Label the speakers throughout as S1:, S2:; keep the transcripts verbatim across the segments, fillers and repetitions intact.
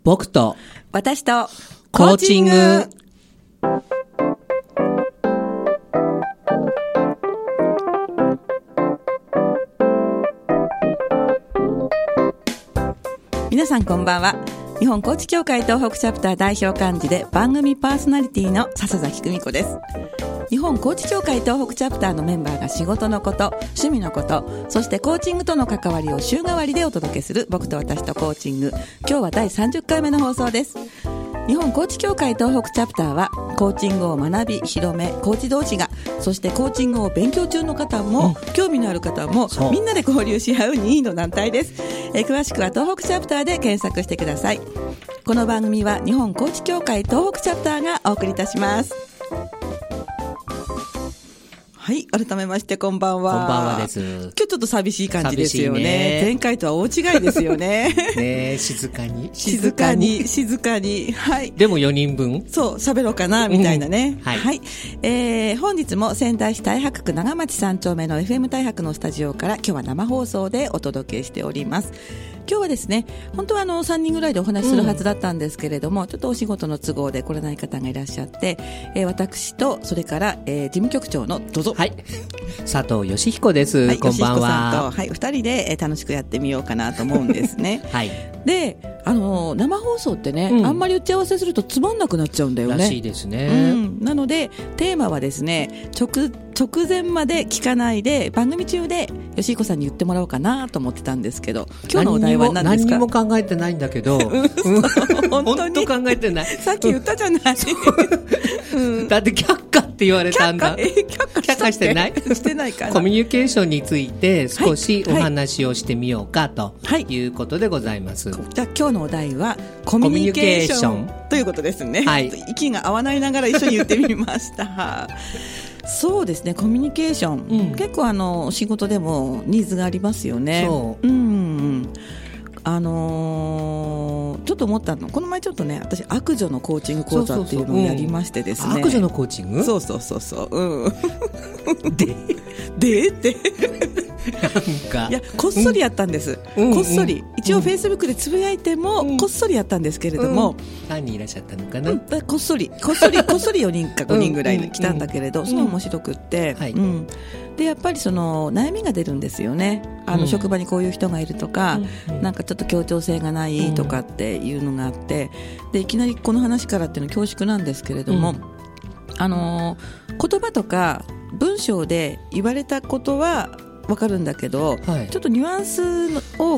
S1: 僕と
S2: 私と
S1: コーチング。
S2: 皆さんこんばんは。日本コーチ協会東北チャプター代表幹事で番組パーソナリティの笹崎久美子です。日本コーチ協会東北チャプターのメンバーが仕事のこと、趣味のこと、そしてコーチングとの関わりを週替わりでお届けする僕と私とコーチング。今日はだいさんじゅっかいめの放送です。日本コーチ協会東北チャプターはコーチングを学び広め、コーチ同士が、そしてコーチングを勉強中の方も、うん、興味のある方もみんなで交流し合う任意の団体です。えー、詳しくは東北チャプターで検索してください。この番組は日本コーチ協会東北チャプターがお送りいたします。はい、改めましてこんばんは。
S1: こんばんはです。
S2: 今日ちょっと寂しい感じですよ ね,
S1: ね
S2: 前回とは大違いですよね。
S1: ね、静かに
S2: 静かに静かに、はい。
S1: でもよにんぶん
S2: そう喋ろうかなみたいなね、
S1: うん、はい、
S2: はい。えー、本日も仙台市太白区長町さん丁目の エフエム 太白のスタジオから今日は生放送でお届けしております。今日はですね、本当はあのさんにんぐらいでお話しするはずだったんですけれども、うん、ちょっとお仕事の都合で来れない方がいらっしゃって、えー、私とそれから、えー、事務局長のどうぞ、
S1: はい、佐藤義彦です、はい、こんばんは。
S2: 義彦さんと、はい、ふたりで、えー、楽しくやってみようかなと思うんですね。はい。で、あのー、生放送ってね、うん、あんまり打ち合わせするとつまんなくなっちゃうんだよね。
S1: らしいですね、
S2: うん、なのでテーマはですね、直直前まで聞かないで番組中で義彦さんに言ってもらおうかなと思ってたんですけど、今日のお題は何ですか？
S1: 何にも考えてないんだけど、本当に考えてない。
S2: さっき言ったじゃない、うん、
S1: だって却下って言われたんだ。
S2: 却下、えー、却下してないしてないかな。
S1: コミュニケーションについて少しお話をしてみようかということでございます、はいはい。
S2: じゃあ今日のお題はコミュニケーションということですね、はい、息が合わないながら一緒に言ってみました。そうですね、コミュニケーション、うん、結構あの仕事でもニーズがありますよね。そう、うん、あのー、ちょっと思ったの、この前ちょっとね、私悪女のコーチング講座っていうのをやりましてですね。
S1: 悪女のコーチング？
S2: そうそうそうそう、うん、
S1: で
S2: でって
S1: なんか
S2: いやこっそりやったんです、うん、こっそり、うん、一応フェイスブックでつぶやいても、うん、こっそりやったんですけれども、うん、
S1: 何人いらっしゃったのかな、
S2: うん、こっそりこっそりこっそりよにんかごにんぐらい来たんだけれど、うん、すごい面白くって、はい、うん、でやっぱりその悩みが出るんですよね。あの、うん、職場にこういう人がいるとか、うん、なんかちょっと協調性がないとかっていうのがあって、でいきなりこの話からっていうのは恐縮なんですけれども、うん、あの言葉とか文章で言われたことは分かるんだけど、はい、ちょっとニュアンスを、うん、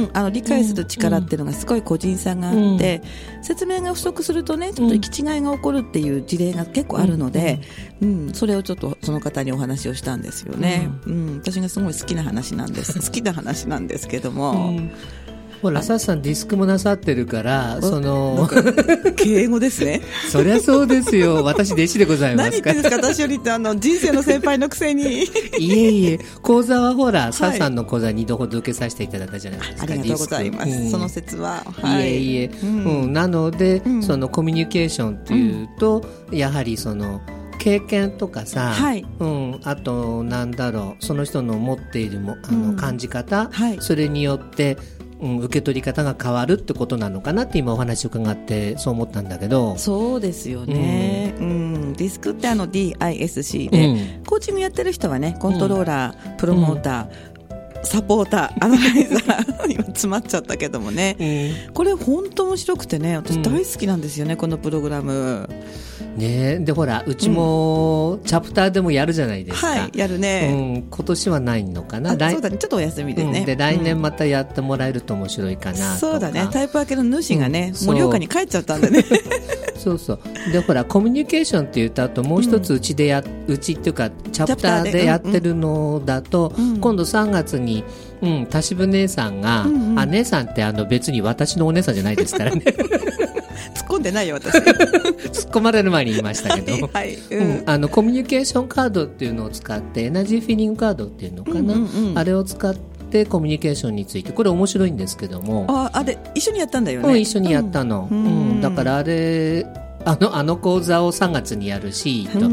S2: あの理解する力っていうのがすごい個人差があって、うん、説明が不足するとね、ちょっと行き違いが起こるっていう事例が結構あるので、うんうん、それをちょっとその方にお話をしたんですよね、うんうん、私がすごい好きな話なんです好きな話なんですけども、うん、
S1: ほらサッさんディスクもなさってるから、その
S2: 敬語ですね。
S1: そりゃそうですよ、私弟子でございますから。
S2: 何言ってんですか、私よりってあの人生の先輩のくせに。
S1: いえいえ、講座はほら、はい、サッさんの講座にどほど受けさせていただいたじゃないですか。
S2: ありがとうございます、うん、その説は、
S1: はい、いえいえ、うんうん、なので、うん、そのコミュニケーションっていうと、うん、やはりその経験とかさ、はい、うん、あとなんだろう、その人の持っているもあの感じ方、うん、はい、それによってうん、受け取り方が変わるってことなのかなって今お話を伺ってそう思ったんだけど。
S2: そうですよね、うんうん、ディスクってあの ディーアイエスシー で、うん、コーチングやってる人はね、コントローラー、うん、プロモーター、うん、サポーター、アナライザー今詰まっちゃったけどもね、うん、これ本当面白くてね、私大好きなんですよね、うん、このプログラム
S1: ね。でほらうちもチャプターでもやるじゃないですか、
S2: うん、はい、やるね、
S1: うん、今年はないのかな。
S2: そうだね、ちょっとお休みでね、
S1: うん、で来年またやってもらえると面白いかなとか、うん、
S2: そうだね、タイプ分けの主がね、盛、うん、岡に帰っちゃったんでね。
S1: そうそう、でほらコミュニケーションって言った後もう一つうちでや、うん、うちっていうかチャプターでやってるのだと、うんうん、今度さんがつに、うん、田渋姉さんが、うんうん、あ姉さんってあの別に私のお姉さんじゃないですからね。
S2: 突っ込んでないよ私。
S1: 突っ込まれる前に言いましたけど、はいはい、うんうん、あのコミュニケーションカードっていうのを使って、エナジーフィーリングカードっていうのかな、うんうんうん、あれを使ってコミュニケーションについて、これ面白いんですけども、
S2: ああれ一緒にやったんだよね、
S1: うん、一緒にやったの、うんうん、だからあれあの、あの講座をさんがつにやるし、うんうん、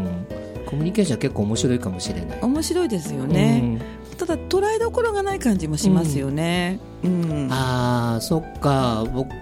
S1: コミュニケーションは結構面白いかもしれない。
S2: 面白いですよね、うん、ただ捉えどころがない感じもしますよね、うんうん、
S1: ああそっか、僕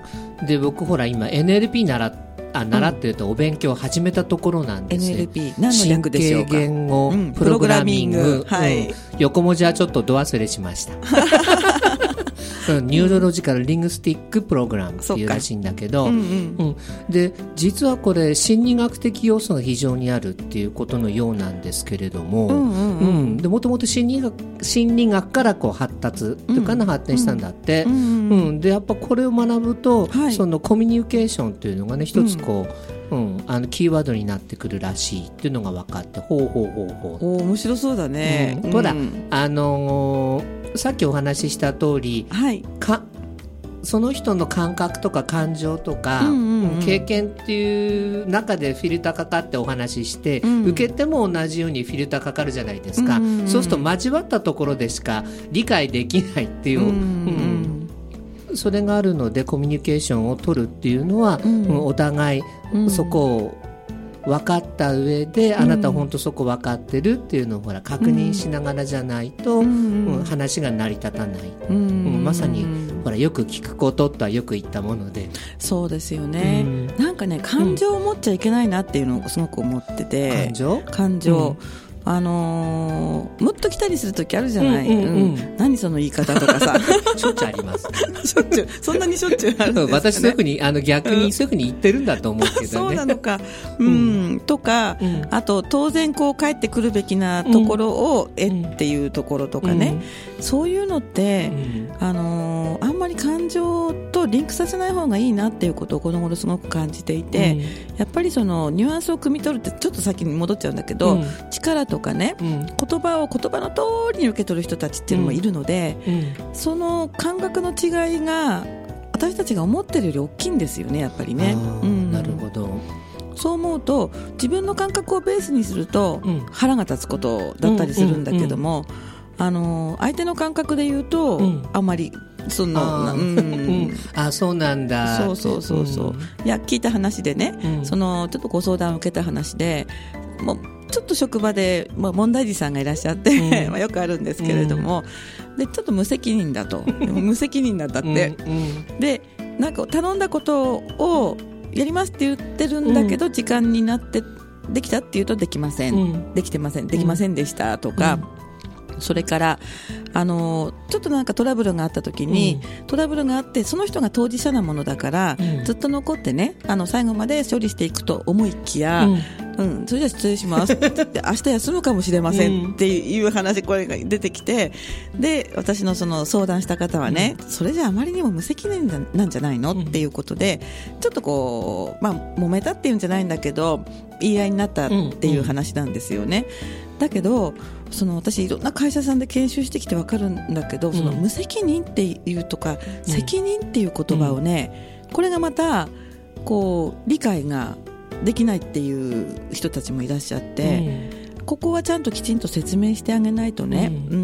S1: で僕ほら今 エヌエルピー 習っあ習ってるとお勉強を始めたところなんですよ、
S2: うん、エヌエルピー 何の略でしょうか。
S1: 神経言語、うん、プログラミング、はい、うん、横文字はちょっとど忘れしましたニューロロジカルリングスティックプログラムっていうらしいんだけど、うんうんうん、で実はこれ心理学的要素が非常にあるっていうことのようなんですけれども、うんうんうん、でもともと心理学心理学からこう発達というかな、発展したんだって、うんうんうん、でやっぱこれを学ぶと、はい、そのコミュニケーションっていうのがね一つこう、うんうん、あのキーワードになってくるらしいっていうのが分かって、ほうほうほうほう、
S2: お面白そうだね、
S1: うん、ほら、うん、あのーさっきお話しした通り、はい、かその人の感覚とか感情とか、うんうんうん、経験っていう中でフィルターかかってお話しして、うん、受けても同じようにフィルターかかるじゃないですか、うんうん、そうすると交わったところでしか理解できないっていう、うんうんうん、それがあるのでコミュニケーションを取るっていうのは、うん、お互いそこを分かった上で、あなた本当そこ分かってるっていうのをほら確認しながらじゃないと、うんうん、話が成り立たない、うんうん、まさにほらよく聞くこととはよく言ったもので、
S2: そうですよね、うん、なんかね感情を持っちゃいけないなっていうのをすごく思ってて、うん、感情感情、うん、あのー、ムッと来たりするときあるじゃない、うんうんうんうん、何その言い方とかさ
S1: しょっちゅうあります
S2: しょっちゅうそんなにしょっちゅうあるんですかね。
S1: 私そういうふうにあの逆にそういうふうに言ってるんだと思うけどね
S2: そうなのか、うんうん、とか、うん、あと当然こう帰ってくるべきなところを、うん、えっていうところとかね、うん、そういうのって、うん、あのー、あんまり感情とリンクさせない方がいいなっていうことをこの頃すごく感じていて、うん、やっぱりそのニュアンスを汲み取るってちょっと先に戻っちゃうんだけど、うん、力とかね、うん、言葉を言葉の通りに受け取る人たちっていうのもいるので、うんうん、その感覚の違いが私たちが思ってるより大きいんですよね、やっぱりね、
S1: うん、なるほど。
S2: そう思うと自分の感覚をベースにすると腹が立つことだったりするんだけども、うんうんうん、あの相手の感覚で言うと、うん、あんまりそんな、
S1: あ、うんうん、あそうなんだ、
S2: そうそうそうそう、うん、いや聞いた話でね、うん、そのちょっとご相談を受けた話で、もうちょっと職場で、まあ、問題児さんがいらっしゃって、うんまあ、よくあるんですけれども、うん、でちょっと無責任だと無責任なんだって、うんうん、でなんか頼んだことをやりますって言ってるんだけど、うん、時間になってできたって言うとできません、うん、できてません、できませんでしたとか、うん、それからあのちょっとなんかトラブルがあった時に、うん、トラブルがあってその人が当事者なものだから、うん、ずっと残ってね、あの最後まで処理していくと思いきや、うんうん、それじゃ失礼しますって明日休むかもしれませんっていう話、これが出てきて、で私のその相談した方はね、うん、それじゃあまりにも無責任なんじゃないのっていうことで、ちょっとこう、まあ、揉めたっていうんじゃないんだけど言い合いになったっていう話なんですよね、うんうん、だけどその私いろんな会社さんで研修してきて分かるんだけど、その無責任っていうとか、うん、責任っていう言葉をね、これがまたこう理解ができないっていう人たちもいらっしゃって、うん、ここはちゃんときちんと説明してあげないとね、うんうん、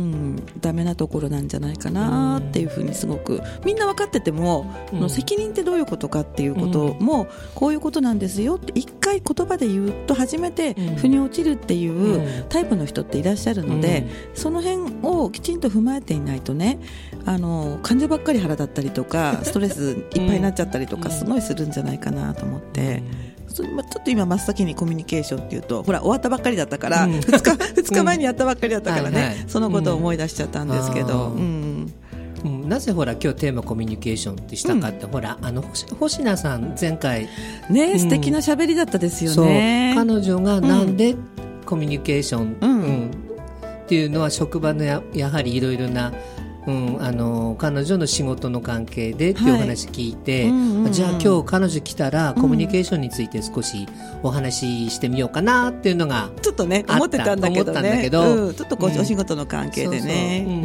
S2: ダメなところなんじゃないかなっていうふうにすごくみんな分かってても、うん、責任ってどういうことかっていうことも、うん、こういうことなんですよって一回言葉で言うと初めて腑に落ちるっていうタイプの人っていらっしゃるので、うん、その辺をきちんと踏まえていないとね、あの感情ばっかり腹立ったりとかストレスいっぱいになっちゃったりとかすごいするんじゃないかなと思って、ちょっと今真っ先にコミュニケーションっていうとほら終わったばっかりだったから、うん、ふつか, ふつかまえにやったばっかりだったからね、うんはいはい、そのことを思い出しちゃったんですけど、うん
S1: うん、なぜほら今日テーマコミュニケーションってしたかって、うん、ほらあの星名さん前回
S2: ね、うん、素敵な喋りだったですよね。
S1: そう彼女がなんでコミュニケーション、うんうん、っていうのは職場の や, やはりいろいろなうん、あの彼女の仕事の関係でっていうお話聞いて、はいうんうんうん、じゃあ今日彼女来たらコミュニケーションについて少しお話ししてみようかなっていうのが
S2: ちょっとね思ってたんだけどね、うん、ちょっとこう、うん、お仕事の関係でね、そうそう、うん、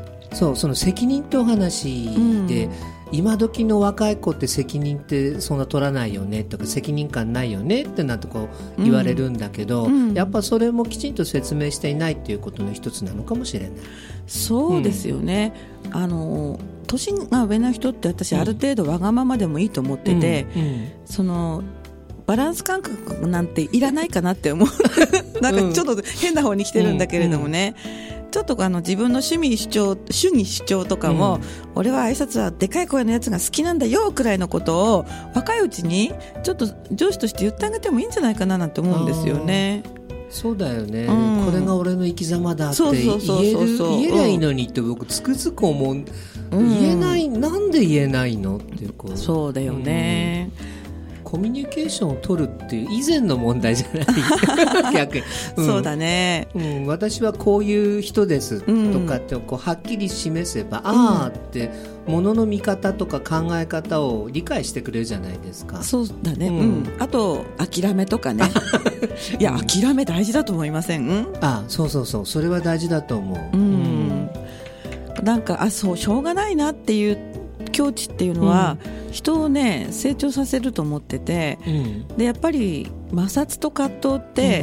S1: そうその責任ってお話で、うん、今時の若い子って責任ってそんな取らないよねとか責任感ないよねってなんてこう言われるんだけど、うんうん、やっぱそれもきちんと説明していないっていうことの一つなのかもしれない。
S2: そうですよね、うん、あの年が上の人って私ある程度わがままでもいいと思ってて、うんうん、そのバランス感覚なんていらないかなって思うなんかちょっと変な方に来てるんだけれどもね、うんうん、 ちょっとあの自分の趣味主張主義主張とかも、うん、俺は挨拶はでかい声のやつが好きなんだよくらいのことを若いうちにちょっと上司として言ってあげてもいいんじゃないかななんて思うんですよね。
S1: そうだよね、うん、これが俺の生き様だって言えりゃいいのにって僕つくづく思う、うん、言えない、なんで言えないのってこう。
S2: そうだよね、
S1: うん、コミュニケーションを取るっていう以前の問題じゃない逆に、
S2: うん、そうだね、
S1: うん、私はこういう人ですとかってこうはっきり示せば、うん、ああって物の見方とか考え方を理解してくれるじゃないですか。
S2: そうだね、うんうん、あと諦めとかねいや諦め大事だと思いません、うん、
S1: あそうそうそう、それは大事だと思う、
S2: うんうん、なんかあそうしょうがないなっていう境地っていうのは、うん、人をね成長させると思ってて、うん、でやっぱり摩擦と葛藤って、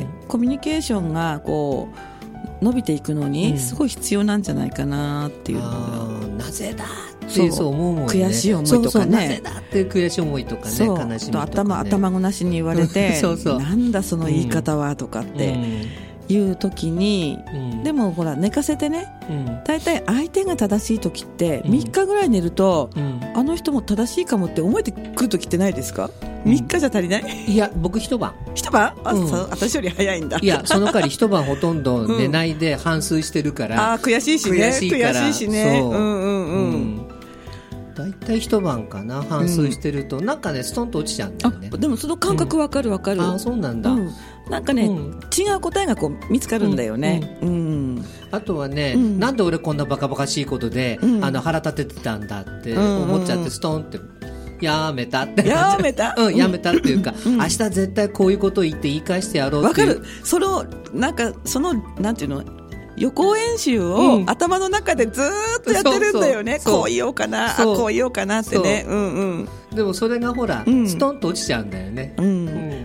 S2: うん、コミュニケーションがこう伸びていくのにすごい必要なんじゃないかなっていうのが、
S1: うん、なぜだってそう思うもんね。
S2: 悔しい思いとかね、
S1: そうそうなぜだって悔しい思いとかね、悲しみとかね、
S2: 頭頭ごなしに言われてそうそうなんだその言い方はとかっていう時に、うん、でもほら寝かせてね、うん、大体相手が正しい時ってみっかぐらい寝ると、うん、あの人も正しいかもって思えてくる時ってないですか？みっかじゃ足りない？
S1: いや僕一晩
S2: 一晩あ、うん、私より早いんだ。
S1: いやその代わり一晩ほとんど寝ないで反芻してるから、
S2: うん、あ悔しいしね悔しいから悔しいしねそう、うんうんうんうん
S1: だいたい一晩かな反芻してると、うん、なんかねストンと落ちちゃうんだよね。
S2: あでもその感覚わかるわかる、
S1: うん、あそうなんだ、うん、
S2: なんかね、うん、違う答えがこう見つかるんだよね、うんうんうん、
S1: あとはね、うん、なんで俺こんなバカバカしいことで、うん、あの腹立ててたんだって思っちゃってストンってやめたって
S2: やめた、
S1: うん、やめたっていうか、うん、明日絶対こういうことを言って言い返してやろうっていう
S2: わかる。そのなんかそのなんていうの予行演習を頭の中でずーっとやってるんだよね、うん、そうそうこう言おうかなあこう言おうかなってね、うんうん、
S1: でもそれがほら、うん、ストンと落ちちゃうんだよね、うんうん、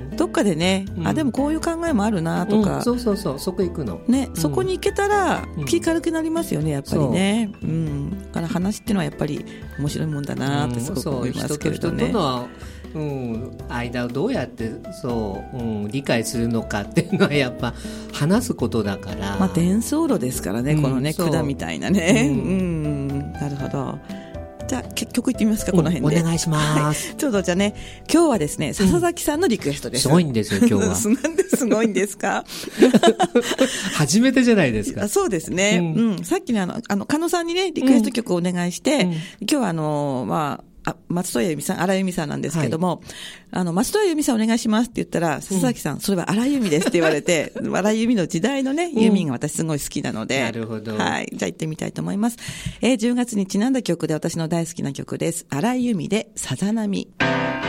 S2: どっかでね、うん、あでもこういう考えもあるなとか、
S1: うん、そうそうそうそこ行くの、
S2: ねうん、そこに行けたら気軽くなりますよねやっぱりね、うん、だから話っていうのはやっぱり面白いもんだなってすごく思いますけれどね、
S1: うん、そう人と人とのうん、間をどうやってそう、うん、理解するのかっていうのはやっぱ話すことだから、
S2: まあ、伝送路ですからね、うん、このね管みたいなね、うんうん、なるほど。じゃあ結局行ってみますか、この辺で、
S1: うん、お願いします、
S2: はい、ちょうどじゃあね今日はですね笹崎さんのリクエストです、
S1: うん、すごいんですよ今日は
S2: なんですごいんですか
S1: 初めてじゃないですか。
S2: そうですね、うんうん、さっきねあのあの加納さんにねリクエスト曲をお願いして、うん、今日はあのまああ松任谷由実さん、荒井由実さんなんですけども、はい、あの、松任谷由実さんお願いしますって言ったら、笹崎さん、うん、それは荒井由実ですって言われて、荒井由実の時代のね、由実が私すごい好きなので、
S1: なるほど。
S2: はい。じゃあ行ってみたいと思います。えー、じゅうがつにちなんだ曲で私の大好きな曲です。荒井由実でさざ波。終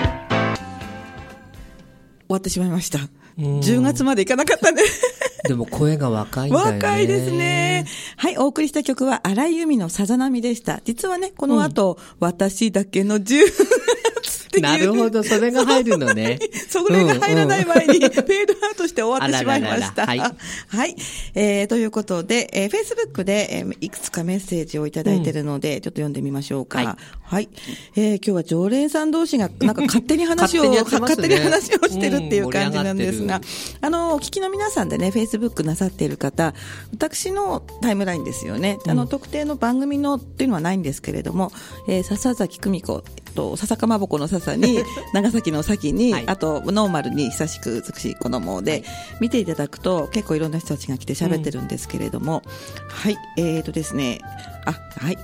S2: わってしまいました。じゅうがつまでいかなかったね。
S1: でも声が若いんだよね。
S2: 若いですね。はい、お送りした曲は荒井由実のさざ波でした。実はね、この後、うん、私だけのじゅうがつっていう。
S1: なるほど、それが入るのね。
S2: それが入らない前に、フェードアウトして終わってしまいました。はい。はい。えー、ということで、えー、Facebook で、えー、いくつかメッセージをいただいているので、うん、ちょっと読んでみましょうか。はい。はい、えー、今日は常連さん同士が、なんか勝手に話を、勝手に、ね、勝手に話をしてるっていう感じなんですが、うん、あの、お聞きの皆さんでね、Facebook なさっている方、私のタイムラインですよね。あの、うん、特定の番組のっていうのはないんですけれども、えー、笹崎久美子、と笹かまぼこの笹に長崎の崎に、はい、あとノーマルに久しく美しい子供で、はい、見ていただくと結構いろんな人たちが来て喋ってるんですけれども、うん、はいえーとですねあはい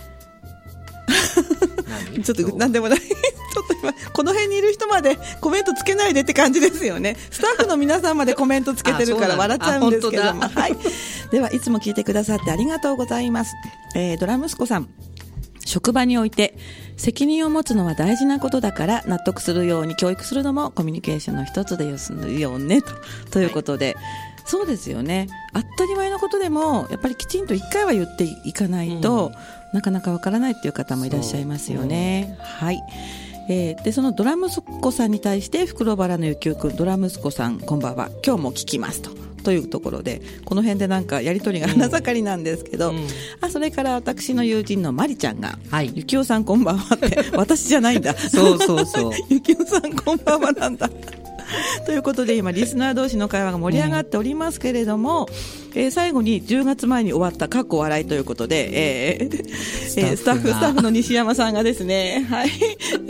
S2: ちょっとなんでもないちょっと今この辺にいる人までコメントつけないでって感じですよね。スタッフの皆さんまでコメントつけてるから笑っちゃうんですけども、はい、ではいつも聞いてくださってありがとうございます。えー、ドラ息子さん、職場において責任を持つのは大事なことだから納得するように教育するのもコミュニケーションの一つですよね と, ということで、はい、そうですよね。当たり前のことでもやっぱりきちんと一回は言っていかないと、うん、なかなかわからないっていう方もいらっしゃいますよね、うん、はい。えー、でそのドラ息子さんに対して袋原のゆきおくん、ドラ息子さんこんばんは、今日も聞きますとというところで、この辺でなんかやり取りが花盛りなんですけど、うん、あそれから私の友人のマリちゃんが、はい、ゆきおさんこんばんはって私じゃないんだ
S1: そうそうそう
S2: ゆきおさんこんばんはなんだということで今リスナー同士の会話が盛り上がっておりますけれども、うんえー、最後にじゅうがつまえに終わったかっこ笑いということで、えー、スタッフスタッフの西山さんがですね、はい、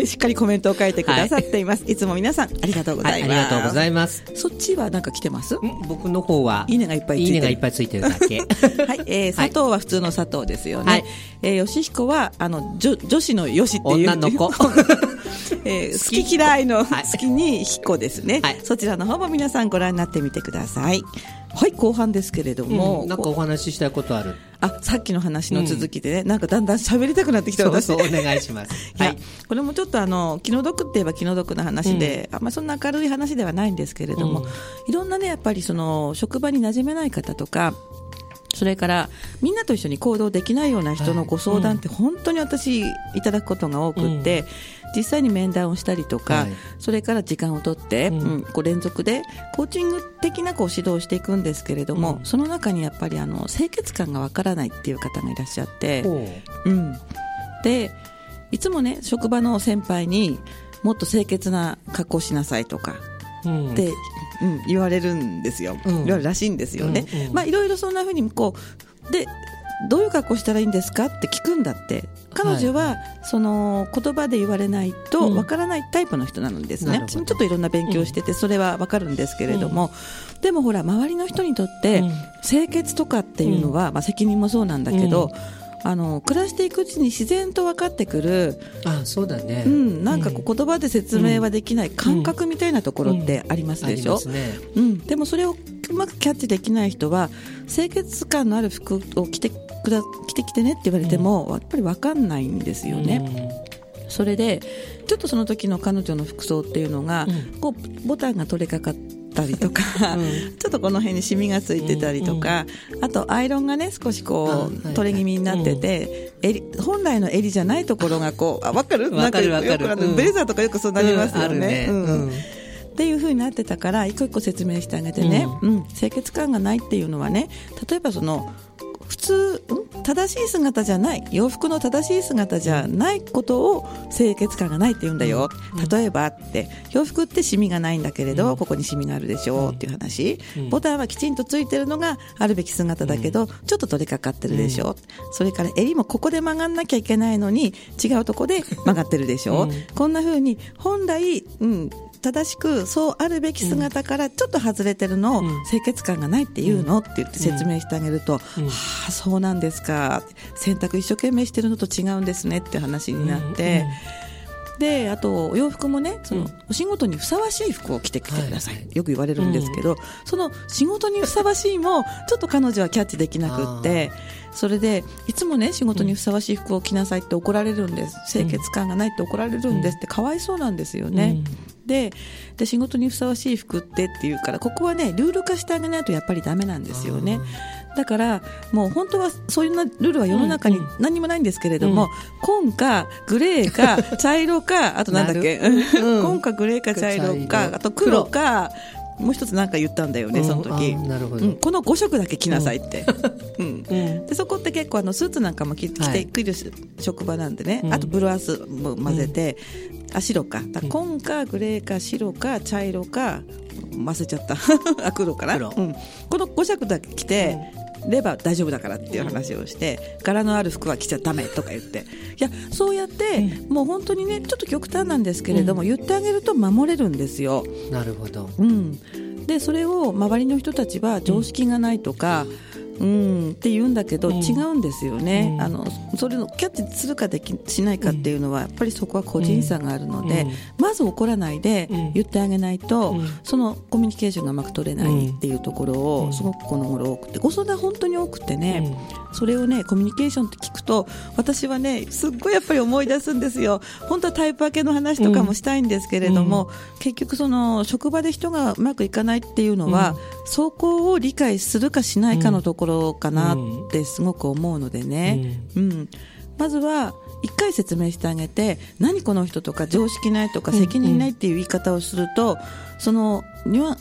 S2: しっかりコメントを書いてくださっています、はい、いつも皆さんありがとうございます、
S1: はい、ありがとうございます。
S2: そっちはなんか来てます？
S1: 僕の方はい
S2: いねがいっぱいついてる、
S1: いいねがいっぱいついてるだけはい、
S2: えー、佐藤は普通の佐藤ですよね、はいえー、吉彦はあの女女子のよしっていう
S1: 女の子
S2: えー、好き嫌いの好きに彦ですね、はい、そちらの方も皆さんご覧になってみてください。はい、後半ですけれども、
S1: うん、なんかお話ししたいことある？
S2: あ、さっきの話の続きでね、うん、なんかだんだん喋りたくなってきた。
S1: そうそう、お願いします
S2: いや、はい、これもちょっとあの気の毒って言えば気の毒な話で、うん、あんまりそんな明るい話ではないんですけれども、うん、いろんなねやっぱりその職場に馴染めない方とか、それからみんなと一緒に行動できないような人のご相談って本当に私いただくことが多くって、うん、実際に面談をしたりとか、はい、それから時間を取って、うんうん、こう連続でコーチング的なこう指導をしていくんですけれども、うん、その中にやっぱりあの清潔感がわからないっていう方がいらっしゃって、うん、でいつもね職場の先輩にもっと清潔な格好しなさいとか、うん、でうん、言われるんですよ、うん、言われるらしいんですよね、うんうんまあ、いろいろそんな風にこうでどういう格好したらいいんですかって聞くんだって。彼女はその言葉で言われないとわからないタイプの人なんですね、うん、ちょっといろんな勉強しててそれはわかるんですけれども、うん、でもほら周りの人にとって清潔とかっていうのは、うんまあ、責任もそうなんだけど、うんあの暮らしていくうちに自然と分かってくる、
S1: あそうだね、
S2: うん、なんかこう言葉で説明はできない感覚みたいなところってありますでしょ、うんうんねうん、でもそれをうまくキャッチできない人は清潔感のある服を着てくだ着てきてねって言われても、うん、やっぱり分かんないんですよね、うん、それでちょっとその時の彼女の服装っていうのが、うん、こうボタンが取れかかってたりとか、うん、ちょっとこの辺にシミがついてたりとか、うんうん、あとアイロンがね少しこう取れ気味になってて、うん、襟本来の襟じゃないところがこうあ分かる
S1: 分かる分かる、
S2: うん、ベレーザーとかよくそうなりますよね、うん
S1: ねうんうん、
S2: っていう風になってたから一個一個説明してあげてね、うんうん、清潔感がないっていうのはね例えばその普通、ん、正しい姿じゃない洋服の正しい姿じゃないことを清潔感がないって言うんだよ、うん、例えばって洋服ってシミがないんだけれど、うん、ここにシミがあるでしょうっていう話、うん、ボタンはきちんとついてるのがあるべき姿だけど、うん、ちょっと取れかかってるでしょ、うん、それから襟もここで曲がんなきゃいけないのに違うとこで曲がってるでしょ、うん、こんな風に本来、うん正しくそうあるべき姿からちょっと外れてるのを清潔感がないっていうのって言って説明してあげると、うんうん、はあそうなんですか洗濯一生懸命してるのと違うんですねって話になって、うん、であとお洋服もねそのお仕事にふさわしい服を着てきてください、はい、よく言われるんですけど、うん、その仕事にふさわしいもちょっと彼女はキャッチできなくってそれでいつもね仕事にふさわしい服を着なさいって怒られるんです、清潔感がないって怒られるんですってかわいそうなんですよね、うんで, で仕事にふさわしい服ってっていうからここはねルール化してあげないとやっぱりダメなんですよね。だからもう本当はそういうルールは世の中に何もないんですけれども、うん、紺かグレーか茶色かあとなんだっけ、うん、紺かグレーか茶色かあと黒かもう一つ何か言ったんだよね、うん、その時、なるほど、うん、このご色だけ着なさいって、うんうん、でそこって結構あのスーツなんかも着てくる職場なんでね、はい、あとブルーアースも混ぜて、うん、あ白かだ紺かグレーか白か茶色か忘れちゃったあ黒かな、うん、このご色だけ着て、うん、れば大丈夫だからっていう話をして、うん、柄のある服は着ちゃダメとか言っていやそうやって、うん、もう本当にねちょっと極端なんですけれども、うん、言ってあげると守れるんですよ。
S1: なるほど、
S2: うん、でそれを周りの人たちは常識がないとか、うん、って言うんだけど、うん、違うんですよね、うん、あのそれをキャッチするかできしないかっていうのはやっぱりそこは個人差があるので、うん、まず怒らないで言ってあげないと、うん、そのコミュニケーションがうまく取れないっていうところをすごくこの頃多くてご相談本当に多くてね、うん、それをねコミュニケーションって聞くと私はねすっごいやっぱり思い出すんですよ。本当はタイプ分けの話とかもしたいんですけれども、うん、結局その職場で人がうまくいかないっていうのは、うん、そこを理解するかしないかのところかなってすごく思うのでね、うんうん、まずは一回説明してあげて何この人とか常識ないとか責任ないっていう言い方をすると、そのニュア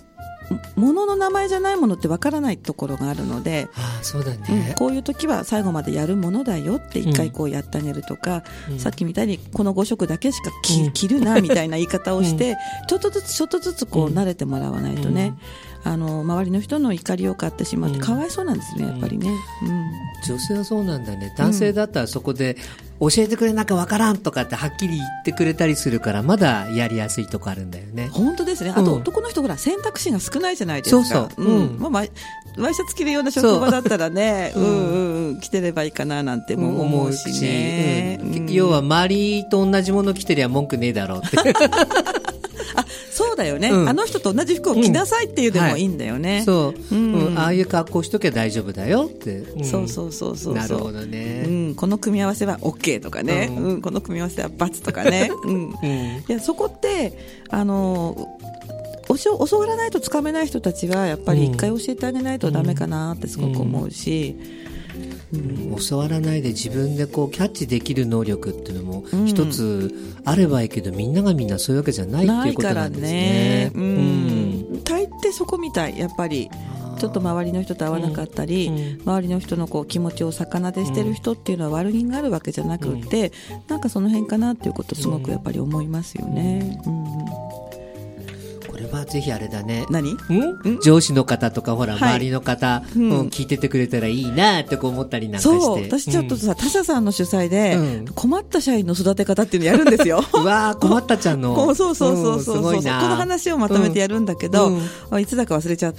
S2: 物の名前じゃないものってわからないところがあるので、
S1: ああそうだね、
S2: うん、こういう時は最後までやるものだよって一回こうやってあげるとか、うん、さっきみたいにこのご色だけしか着、うん、着るなみたいな言い方をして、うん、ちょっとずつちょっとずつこう慣れてもらわないとね、うん、あの周りの人の怒りを買ってしまってかわいそうなんですね、やっぱりね、うん、
S1: 女性はそうなんだね。男性だったらそこで教えてくれなんかわからんとかってはっきり言ってくれたりするからまだやりやすいとこあるんだよね。
S2: 本当ですね。あと、うん、男の人ほら選択肢が少ないじゃないですか。
S1: そうそう、
S2: うんまあ、ワイシャツ着るような職場だったらねう、うんうん、着てればいいかななんても思うしね、
S1: うん、要は周りと同じもの着てりゃ文句ねえだろうって
S2: あそうだよね、うん、あの人と同じ服を着なさいっていうでもいいんだよね、
S1: うんはい、そう、うんうん、ああいう格好しときゃ大丈夫だよって、
S2: うん、そうそうそうそう
S1: なるほどね、
S2: うん、この組み合わせは OK とかね、うんうん、この組み合わせは×とかね、うんうん、いやそこってあの教わらないとつかめない人たちはやっぱり一回教えてあげないとダメかなってすごく思うし、
S1: うんうん、教わらないで自分でこうキャッチできる能力っていうのも一つあればいいけど、うん、みんながみんなそういうわけじゃないっていうことなんですね。
S2: ないからね、うんうん、大抵そこみたいやっぱりちょっと周りの人と合わなかったり、うんうん、周りの人のこう気持ちを逆なでしてる人っていうのは悪気があるわけじゃなくって、うん、なんかその辺かなっていうことすごくやっぱり思いますよね、うんうん、
S1: これはぜひあれだね。
S2: 何？
S1: ん？上司の方とかほら、はい、周りの方、うん、聞いててくれたらいいなってこう思ったりなんかして。
S2: そう、私ちょっとさ、うん、他社さんの主催で、うん、困った社員の育て方っていうのやるんですよ。
S1: うわー、困ったちゃんの。
S2: そうそうそうそうそう、うん、すごいな。この話をまとめてやるんだけど、うん、いつだか忘れちゃった。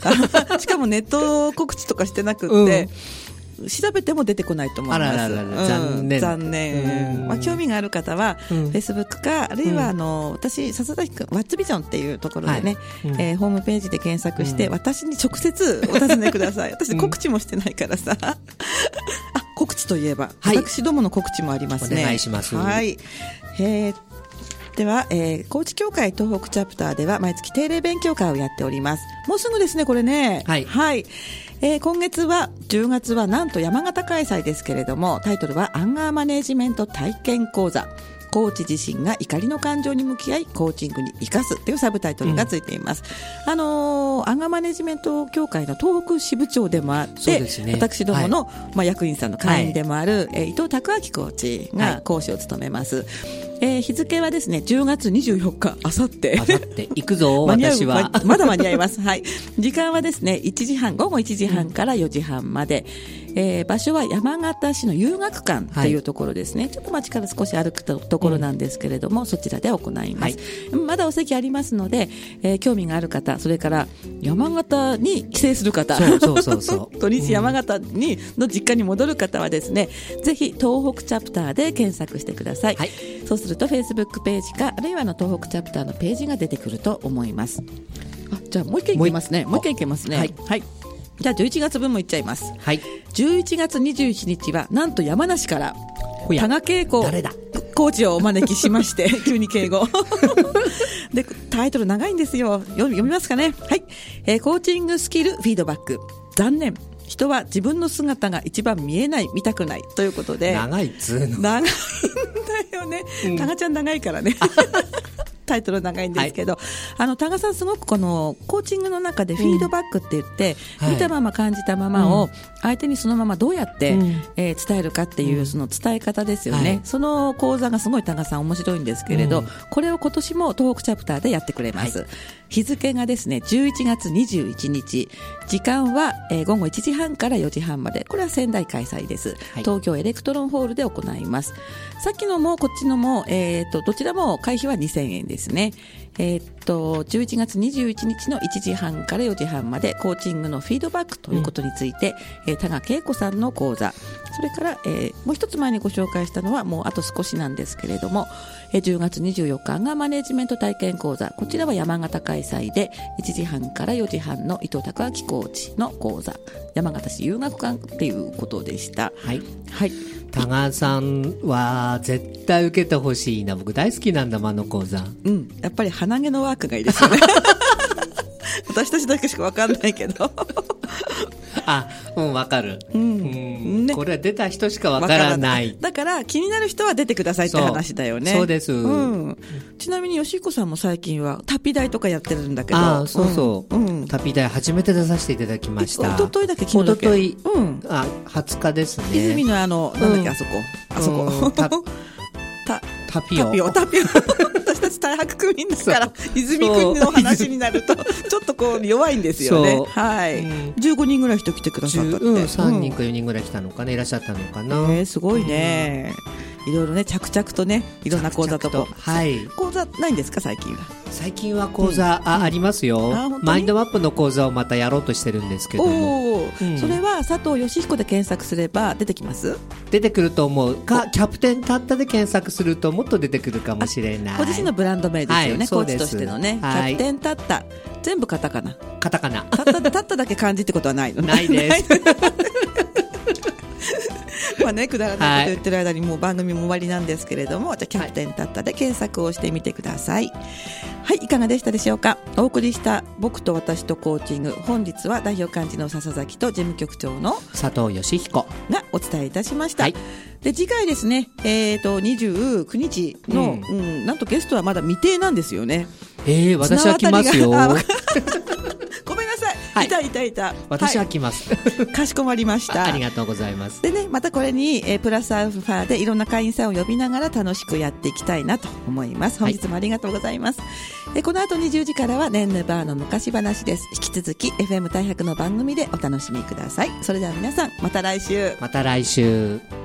S2: しかもネット告知とかしてなくって。うん、調べても出てこないと思います。
S1: あらららら、残念、
S2: うん、残念、うんまあ、興味がある方は、うん、Facebook かあるいはあの、うん、私笹崎くんワッツビジョンっていうところでね、はいうんえー、ホームページで検索して、うん、私に直接お尋ねください。私告知もしてないからさ、うん、あ告知といえば、はい、私どもの告知もありますね。
S1: お願いします。
S2: はい、えーでは、えー、高知協会東北チャプターでは毎月定例勉強会をやっております。もうすぐですねこれね。
S1: はい、
S2: はいえー、今月はじゅうがつはなんと山形開催ですけれども、タイトルはアンガーマネジメント体験講座、コーチ自身が怒りの感情に向き合いコーチングに生かすというサブタイトルがついています、うん、あのー、アンガーマネジメント協会の東北支部長でもあって、ね、私どもの、はいまあ、役員さんの会員でもある、はいえー、伊藤拓明コーチが講師を務めます、はいえー、日付はですねじゅうがつにじゅうよっかあさって
S1: あさって行くぞ私は
S2: ま, まだ間に合います、はい、時間はですねいちじはん午後いちじはんからよじはんまで、うんえー、場所は山形市の遊学館というところですね、はい、ちょっと街から少し歩くところなんですけれども、うん、そちらで行います、はい、まだお席ありますので、えー、興味がある方それから山形に帰省する方
S1: そうそうそうそう
S2: 土日山形にの実家に戻る方はですね、うん、ぜひ東北チャプターで検索してください、はい、そうすると Facebook ページかあるいはの東北チャプターのページが出てくると思います。あじゃあもう一回いけますねもう一回いけますねはい、はい、じゃあじゅういちがつぶんもいっちゃいます、はい、じゅういちがつにじゅういちにちはなんと山梨から多賀恵子コーチをお招きしまして急に敬語でタイトル長いんですよ。読みますかね。はい、えー、コーチングスキルフィードバック残念人は自分の姿が一番見えない見たくないということで
S1: 長いっつうの
S2: 長いんだよね、うん、多賀ちゃん長いからねタイトル長いんですけど、はい、あの多賀さんすごくこのコーチングの中でフィードバックって言って、うん、見たまま感じたままを相手にそのままどうやって、うんえー、伝えるかっていうその伝え方ですよね、はい、その講座がすごい多賀さん面白いんですけれど、うん、これを今年も東北チャプターでやってくれます、はい、日付がですねじゅういちがつにじゅういちにち時間は、えー、午後いちじはんからよじはんまでこれは仙台開催です、はい、東京エレクトロンホールで行います。さっきのもこっちのも、えー、とどちらも会費はにせんえんですね。えー、っとじゅういちがつにじゅういちにちのいちじはんからよじはんまでコーチングのフィードバックということについて、うんえー、多賀恵子さんの講座それから、えー、もう一つ前にご紹介したのはもうあと少しなんですけれども、えー、じゅうがつにじゅうよっかがマネジメント体験講座こちらは山形開催でいちじはんからよじはんの伊藤拓明コーチの講座山形市遊学館っていうことでした。はい、はい、
S1: 多賀さんは絶対受けてほしいな。僕大好きなんだあの講座。
S2: うんやっぱり鼻毛のワークがいいですよね私たちだけしか分かんないけど
S1: あ、うん、わかる、うんうんね、これは出た人しかわからない。
S2: だから気になる人は出てくださいって話だよね。
S1: そう、そうです、う
S2: ん、ちなみに吉彦さんも最近は旅台とかやってるんだけど。
S1: あ、そうそう、うん、旅台初めて出させていただきました。
S2: おとといだけ昨日だけ
S1: おととい、うん、あ、はつかですね。
S2: 泉のあのなんだっけ、うん、あそこあそこ、うん、た
S1: たタピオ
S2: タピオタピオ私たち大白区民だから泉区の話になるとちょっとこう弱いんですよね。はい、うん、じゅうごにんぐらい人来てくださったって、うん、
S1: さんにんかよにんぐらい来たのかな、いらっしゃったのかな、
S2: えー、すごいね、うん、いろいろね着々とねいろんな講座とか、
S1: はい、
S2: 講座ないんですか最近は。
S1: 最近は講座、うん、あ, ありますよ。マインドマップの講座をまたやろうとしてるんですけども、
S2: お、うん、それは佐藤義彦で検索すれば出てきます？
S1: 出てくると思うか、キャプテンタッタで検索するともっと出てくるかもしれない。
S2: ご自身のブランド名ですよね、はい、コーチとしてのね、
S1: はい、
S2: キャプテンタッタ全部カタカナ
S1: カタカナ
S2: タッタタッタだけ漢字ってことはないの？
S1: ないです
S2: まあね、くだらないこと言ってる間にもう番組も終わりなんですけれども、はい、じゃあキャプテンタッタで検索をしてみてください。はい、いかがでしたでしょうか。お送りした僕と私とコーチング、本日は代表幹事の笹崎と事務局長の
S1: 佐藤義彦
S2: がお伝えいたしました、はい、で次回ですね、えー、とにじゅうくにちの、うんうん、なんとゲストはまだ未定なんですよね。
S1: えー、私は来ますよ。
S2: ごめんなさい、はい、いたいたいた、
S1: 私は来ます、
S2: はい、かしこまりました
S1: ありがとうございます。
S2: でね、またこれに、えー、プラスアルファでいろんな会員さんを呼びながら楽しくやっていきたいなと思います。本日もありがとうございます、はい、この後にじゅうじからはねんぬバーの昔話です。引き続き エフエム 大白の番組でお楽しみください。それでは皆さんまた来週。
S1: また来週。